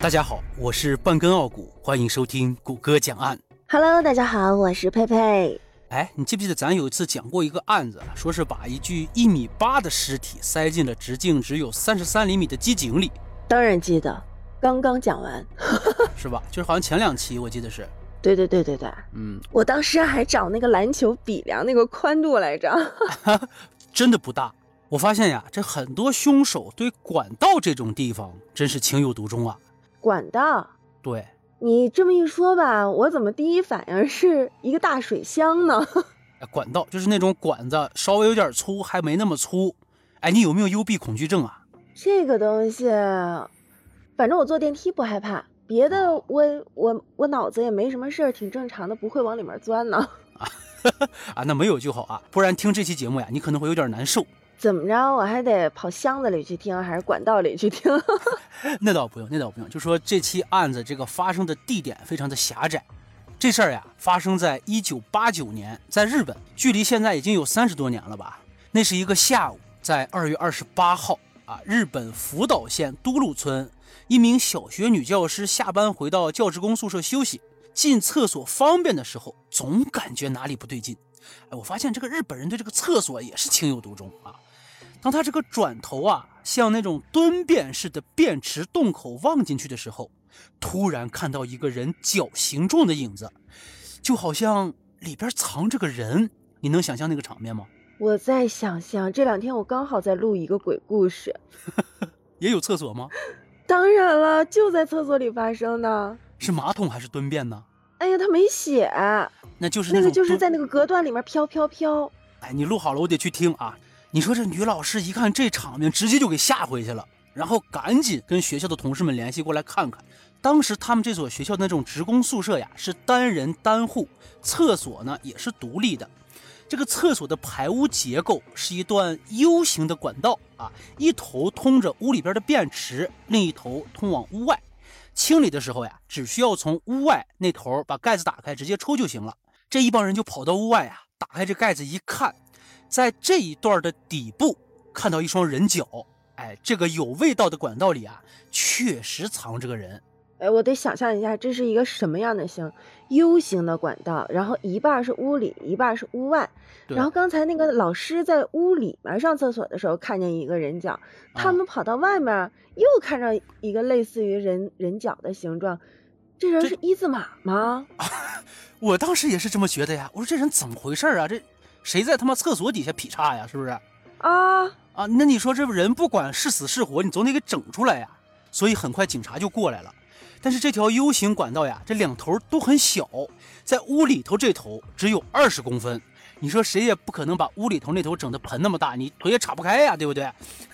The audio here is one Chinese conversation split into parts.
大家好，我是半根傲骨，欢迎收听谷歌讲案。 Hello， 大家好，我是佩佩。 你记不记得咱有一次讲过一个案子，说是把一具1.8米的尸体塞进了直径只有33厘米的机井里？ 当然记得，刚刚讲完， 是吧？就是好像前2期我记得是。 对，我当时还找那个篮球比量那个宽度来着， 真的不大。我发现呀，这很多凶手对管道这种地方真是情有独钟啊。 管道？ 对。 你这么一说吧，我怎么第一反应是一个大水箱呢？ 管道就是那种管子稍微有点粗，还没那么粗。你有没有幽闭恐惧症啊？ 这个东西，反正我坐电梯不害怕，别的我脑子也没什么事儿，挺正常的，不会往里面钻呢。 那没有就好啊，不然听这期节目呀，你可能会有点难受。 怎么着，我还得跑箱子里去听，还是管道里去听？ 那倒不用，就说这期案子这个发生的地点非常的狭窄。这事儿呀，发生在1989年，在日本，距离现在已经有30多年了吧。那是一个下午，在2月28号日本福岛县都路村，一名小学女教师下班回到教职工宿舍休息，进厕所方便的时候，总感觉哪里不对劲。我发现这个日本人对这个厕所也是情有独钟啊。当他这个转头向那种蹲便式的便池洞口望进去的时候，突然看到一个人脚形状的影子，就好像里边藏着个人。你能想象那个场面吗？ 我在想象，这2天我刚好在录一个鬼故事。 也有厕所吗？ 当然了，就在厕所里发生的。 是马桶还是蹲便呢？ 哎呀，他没写。 那就是那个就是在那个隔断里面飘。 你录好了，我得去听啊。你说这女老师一看这场面，直接就给吓回去了，然后赶紧跟学校的同事们联系过来看看。当时他们这所学校的那种职工宿舍呀，是单人单户，厕所呢也是独立的。这个厕所的排污结构是一段 U 型的管道一头通着屋里边的便池，另一头通往屋外。清理的时候呀，只需要从屋外那头把盖子打开，直接抽就行了。这一帮人就跑到屋外打开这盖子一看，在这一段的底部看到一双人脚。这个有味道的管道里确实藏着个人。 我得想象一下，这是一个什么样的形 U 型的管道，然后一半是屋里，一半是屋外。然后刚才那个老师在屋里面上厕所的时候看见一个人脚，他们跑到外面又看着一个类似于人脚的形状。这人是一字马吗？ 我当时也是这么觉得呀，我说这人怎么回事这谁在他妈厕所底下劈叉呀？是不是那你说这人不管是死是活，你总得给整出来呀。所以很快警察就过来了。但是这条 U 型管道呀，这2头都很小，在屋里头这头只有20公分。你说谁也不可能把屋里头那头整的盆那么大，你腿也岔不开呀，对不对？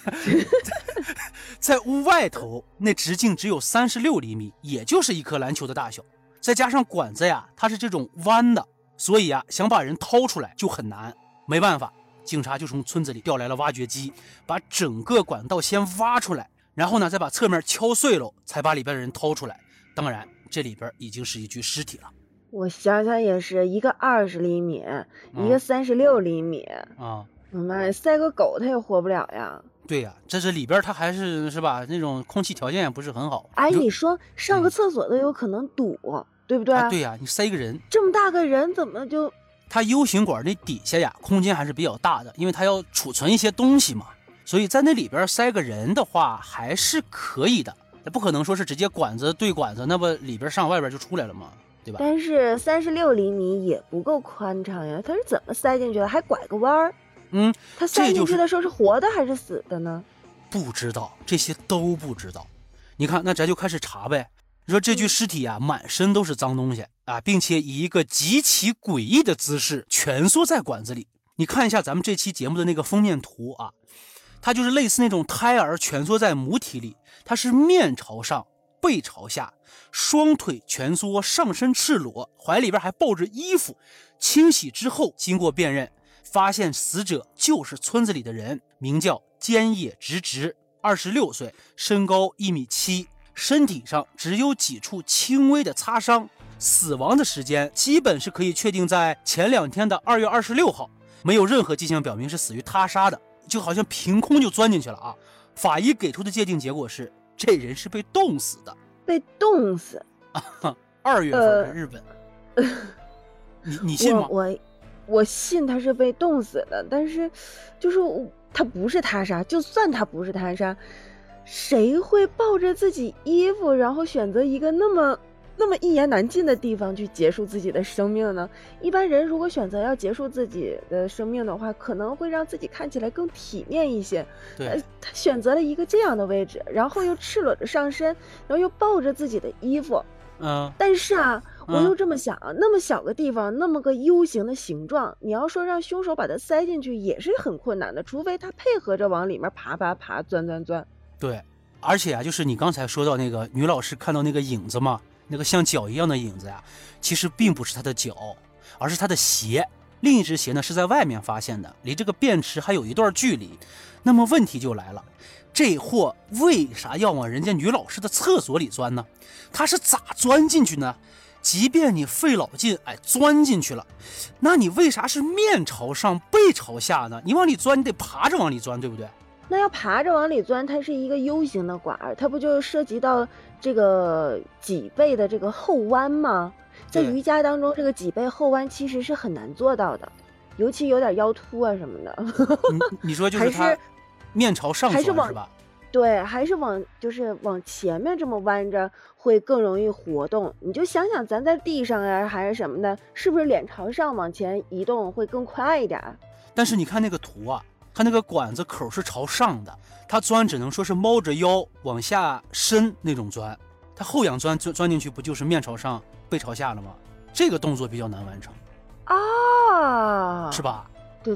在屋外头那直径只有36厘米，也就是一颗篮球的大小。再加上管子呀，它是这种弯的，所以想把人掏出来就很难。没办法，警察就从村子里调来了挖掘机，把整个管道先挖出来，然后呢再把侧面敲碎了，才把里边的人掏出来。当然这里边已经是一具尸体了。我想想也是，一个20厘米，一个36厘米我妈呀，塞个狗它也活不了呀。 对呀，这里边它还是吧，那种空气条件也不是很好。 你说上个厕所都有可能堵，对不对？ 对呀，你塞个人， 这么大个人怎么就…… 它 U 型管那底下呀，空间还是比较大的，因为它要储存一些东西嘛，所以在那里边塞个人的话还是可以的。不可能说是直接管子对管子，那不里边上外边就出来了吗？对吧？ 但是36厘米也不够宽敞呀，它是怎么塞进去的？还拐个弯儿？它塞进去的时候是活的还是死的呢？ 不知道，这些都不知道。你看，那咱就开始查呗。你说这具尸体满身都是脏东西并且以一个极其诡异的姿势蜷缩在管子里。你看一下咱们这期节目的那个封面图它就是类似那种胎儿蜷缩在母体里，它是面朝上，背朝下，双腿蜷缩，上身赤裸，怀里边还抱着衣服。清洗之后，经过辨认，发现死者就是村子里的人，名叫菅野直直，26岁，身高1.7米，身体上只有几处轻微的擦伤，死亡的时间基本是可以确定在前2天的2月26号，没有任何迹象表明是死于他杀的，就好像凭空就钻进去了法医给出的界定结果是这人是被冻死的。 被冻死。 2月份的日本，你信吗？ 我信他是被冻死的，但是就是他不是他杀，就算他不是他杀，谁会抱着自己衣服，然后选择一个那么一言难尽的地方去结束自己的生命呢？一般人如果选择要结束自己的生命的话，可能会让自己看起来更体面一些。 对， 他选择了一个这样的位置，然后又赤裸着上身，然后又抱着自己的衣服。但是啊，我又这么想，那么小个地方，那么个 U 型的形状，你要说让凶手把它塞进去也是很困难的，除非他配合着往里面爬，钻。 对，而且啊，就是你刚才说到那个女老师看到那个影子嘛，那个像脚一样的影子呀，其实并不是她的脚，而是她的鞋。另一只鞋呢是在外面发现的，离这个便池还有一段距离。那么问题就来了，这货为啥要往人家女老师的厕所里钻呢？他是咋钻进去呢？即便你费老劲，钻进去了，那你为啥是面朝上背朝下呢？你往里钻，你得爬着往里钻，对不对？ 那要爬着往里钻，它是一个 U 型的管，它不就涉及到这个脊背的这个后弯吗？在瑜伽当中，这个脊背后弯其实是很难做到的，尤其有点腰突啊什么的。 你说就是他面朝上钻是吧？ 对，还是就是往前面这么弯着会更容易活动。你就想想咱在地上呀还是什么的，是不是脸朝上往前移动会更快一点？ 但是你看那个图啊，它那个管子口是朝上的，它钻只能说是猫着腰往下伸那种钻，它后仰钻进去不就是面朝上背朝下了吗？这个动作比较难完成啊， 是吧？ 对，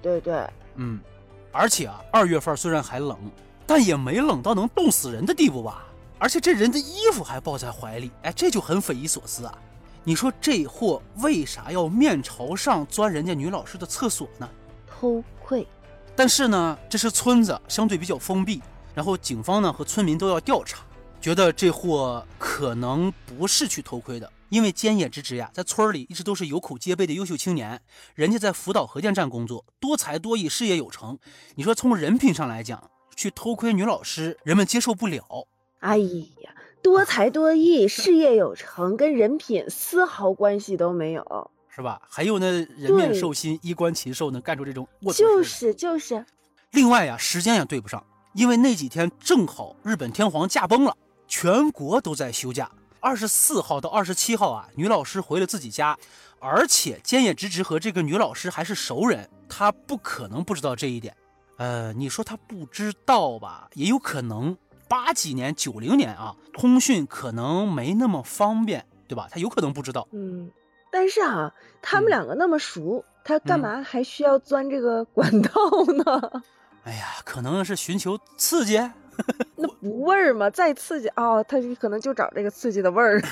而且啊，2月份虽然还冷，但也没冷到能冻死人的地步吧？而且这人的衣服还抱在怀里，这就很匪夷所思啊！你说这货为啥要面朝上钻人家女老师的厕所呢？ 偷窥。 但是呢，这是村子，相对比较封闭，然后警方呢和村民都要调查，觉得这货可能不是去偷窥的，因为菅野直之呀，在村里一直都是有口皆碑的优秀青年，人家在福岛核电站工作，多才多艺，事业有成。你说从人品上来讲，去偷窥女老师，人们接受不了。 哎呀，多才多艺，事业有成，跟人品丝毫关系都没有， 是吧？还有那人面兽心，衣冠禽兽，能干出这种龌龊事。 就是。 另外呀，时间也对不上，因为那几天正好日本天皇驾崩了，全国都在休假。24号到27号啊，女老师回了自己家，而且菅野直之和这个女老师还是熟人，她不可能不知道这一点。你说她不知道吧，也有可能。80几年、90年啊，通讯可能没那么方便，对吧？她有可能不知道。 但是啊，他们两个那么熟，他干嘛还需要钻这个管道呢？ 哎呀，可能是寻求刺激。 那不味儿吗？再刺激他可能就找这个刺激的味儿。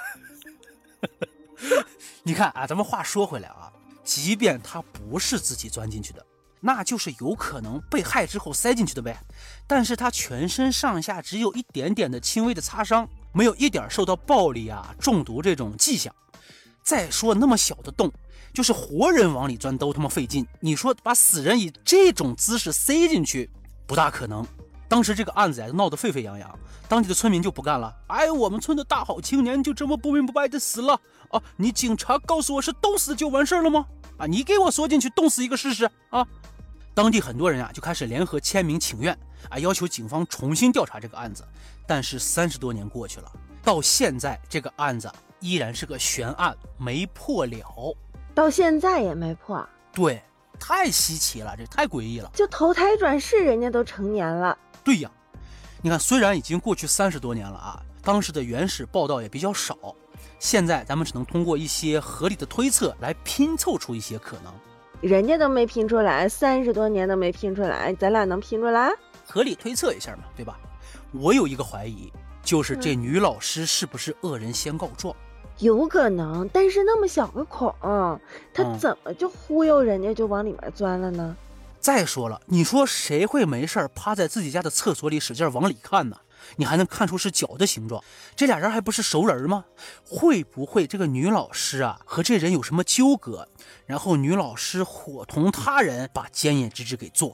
你看啊，咱们话说回来啊，即便他不是自己钻进去的，那就是有可能被害之后塞进去的呗。但是他全身上下只有一点点的轻微的擦伤，没有一点受到暴力啊、中毒这种迹象。再说那么小的洞，就是活人往里钻都他妈费劲，你说把死人以这种姿势塞进去，不大可能。当时这个案子闹得沸沸扬扬，当地的村民就不干了，我们村的大好青年就这么不明不白的死了啊！你警察告诉我是冻死就完事了吗？你给我缩进去冻死一个试试啊！当地很多人就开始联合签名请愿要求警方重新调查这个案子。但是30多年过去了，到现在这个案子依然是个悬案，没破了， 到现在也没破。 对，太稀奇了，这太诡异了。 就投胎转世，人家都成年了。 对呀，你看，虽然已经过去30多年了当时的原始报道也比较少，现在咱们只能通过一些合理的推测来拼凑出一些可能。 人家都没拼出来，30多年都没拼出来，咱俩能拼出来？ 合理推测一下嘛，对吧？我有一个怀疑，就是这女老师是不是恶人先告状？ 有可能，但是那么小个孔，她怎么就忽悠人家就往里面钻了呢？ 再说了，你说谁会没事趴在自己家的厕所里使劲往里看呢？你还能看出是脚的形状，这俩人还不是熟人吗？会不会这个女老师和这人有什么纠葛，然后女老师伙同他人把菅野直之给做了？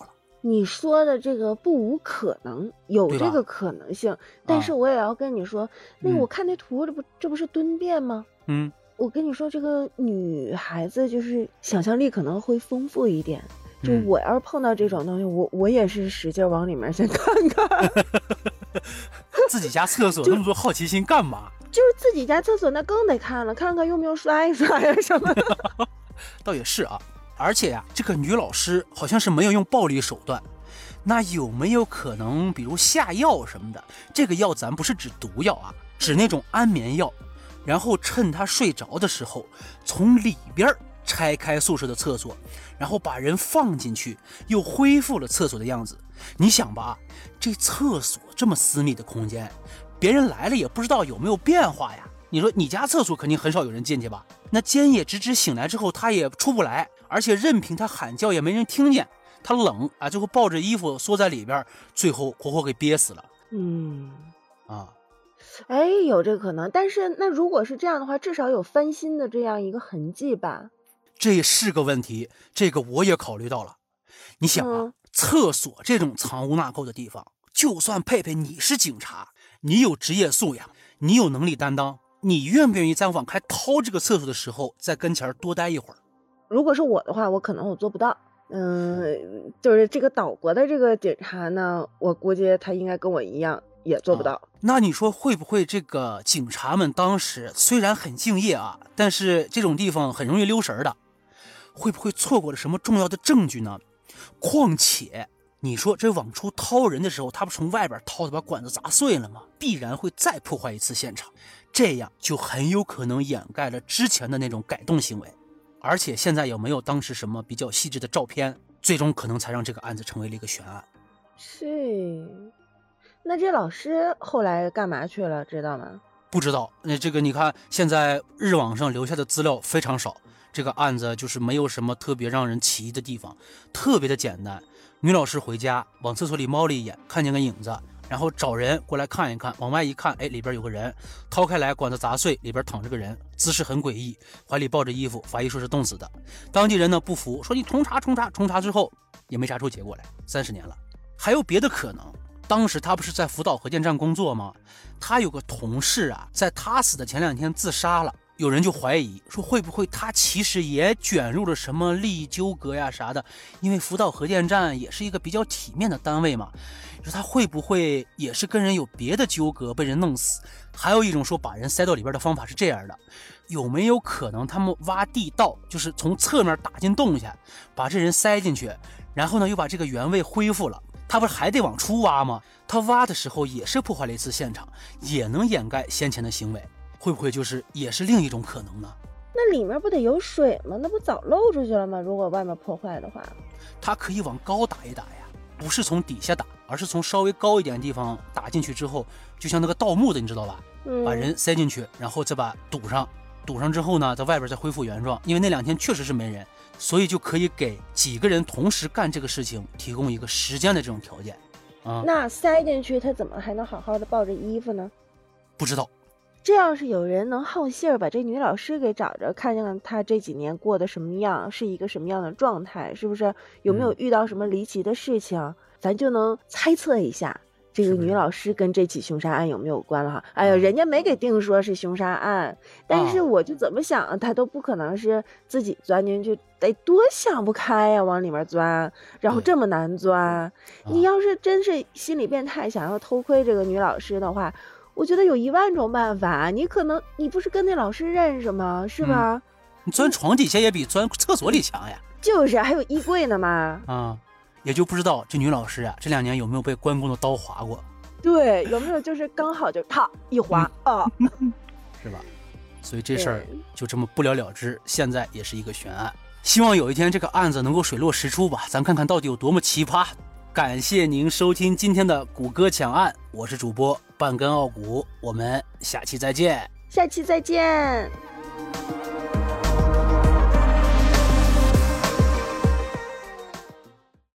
你说的这个不无可能，有这个可能性，但是我也要跟你说，那个我看那图，这不是蹲便吗？我跟你说，这个女孩子就是想象力可能会丰富一点。就我要是碰到这种东西，我也是使劲往里面先看看。 自己家厕所那么多好奇心干嘛？ 就是自己家厕所那更得看了，看看用不用刷一刷呀什么的。 倒也是啊，而且呀，这个女老师好像是没有用暴力手段，那有没有可能，比如下药什么的？这个药咱不是指毒药啊，指那种安眠药，然后趁她睡着的时候，从里边拆开宿舍的厕所，然后把人放进去，又恢复了厕所的样子。你想吧，这厕所这么私密的空间，别人来了也不知道有没有变化呀。你说你家厕所肯定很少有人进去吧？那菅野直直醒来之后，他也出不来，而且任凭他喊叫也没人听见，他冷啊，最后抱着衣服缩在里边，最后活活给憋死了。 有这可能，但是那如果是这样的话，至少有翻新的这样一个痕迹吧？ 这是个问题，这个我也考虑到了。你想啊，厕所这种藏污纳垢的地方，就算佩佩你是警察，你有职业素养，你有能力担当，你愿不愿意在往开掏这个厕所的时候，在跟前多待一会儿？ 如果是我的话，我可能做不到。就是这个岛国的这个警察呢，我估计他应该跟我一样也做不到。 那你说会不会这个警察们当时虽然很敬业啊，但是这种地方很容易溜神的，会不会错过了什么重要的证据呢？况且你说这往出掏人的时候，他不从外边掏的把管子砸碎了吗？必然会再破坏一次现场，这样就很有可能掩盖了之前的那种改动行为。而且现在有没有当时什么比较细致的照片，最终可能才让这个案子成为了一个悬案。 是，那这老师后来干嘛去了，知道吗？ 不知道。那这个你看，现在日网上留下的资料非常少，这个案子就是没有什么特别让人起疑的地方，特别的简单。女老师回家往厕所里猫了一眼，看见个影子，然后找人过来看一看，往外一看，里边有个人，掏开来管子砸碎，里边躺着个人，姿势很诡异，怀里抱着衣服，法医说是冻死的。当地人呢不服，说你重查之后也没查出结果来，30年了。还有别的可能，当时他不是在福岛核电站工作吗？他有个同事啊，在他死的前2天自杀了，有人就怀疑说会不会他其实也卷入了什么利益纠葛呀啥的，因为福岛核电站也是一个比较体面的单位嘛，说他会不会也是跟人有别的纠葛被人弄死。还有一种说把人塞到里边的方法是这样的，有没有可能他们挖地道，就是从侧面打进洞下，把这人塞进去，然后呢又把这个原位恢复了，他不是还得往出挖吗？他挖的时候也是破坏了一次现场，也能掩盖先前的行为，会不会也是另一种可能呢？ 那里面不得有水吗？那不早漏出去了吗？如果外面破坏的话， 他可以往高打一打呀，不是从底下打，而是从稍微高一点的地方打进去之后，就像那个盗墓的，你知道吧？把人塞进去，然后再把堵上之后呢，在外边再恢复原状。因为那2天确实是没人，所以就可以给几个人同时干这个事情提供一个时间的这种条件。 那塞进去他怎么还能好好的抱着衣服呢？ 不知道。 这要是有人能好信儿把这女老师给找着，看见她这几年过得什么样，是一个什么样的状态，是不是有没有遇到什么离奇的事情，咱就能猜测一下这个女老师跟这起凶杀案有没有关了哈。哎呀，人家没给定说是凶杀案，但是我就怎么想她都不可能是自己钻进去，得多想不开呀，往里面钻，然后这么难钻。你要是真是心理变态想要偷窥这个女老师的话，我觉得有10000种办法。你不是跟那老师认识吗？是吧？ 你钻床底下也比钻厕所里强呀。 就是还有衣柜呢嘛。 也就不知道这女老师啊，这2年有没有被关公的刀划过？ 对，有没有就是刚好就啪一划是吧？所以这事儿就这么不了了之，现在也是一个悬案。希望有一天这个案子能够水落石出吧，咱看看到底有多么奇葩。感谢您收听今天的谷歌抢案，我是主播半根傲骨，我们下期再见。 下期再见。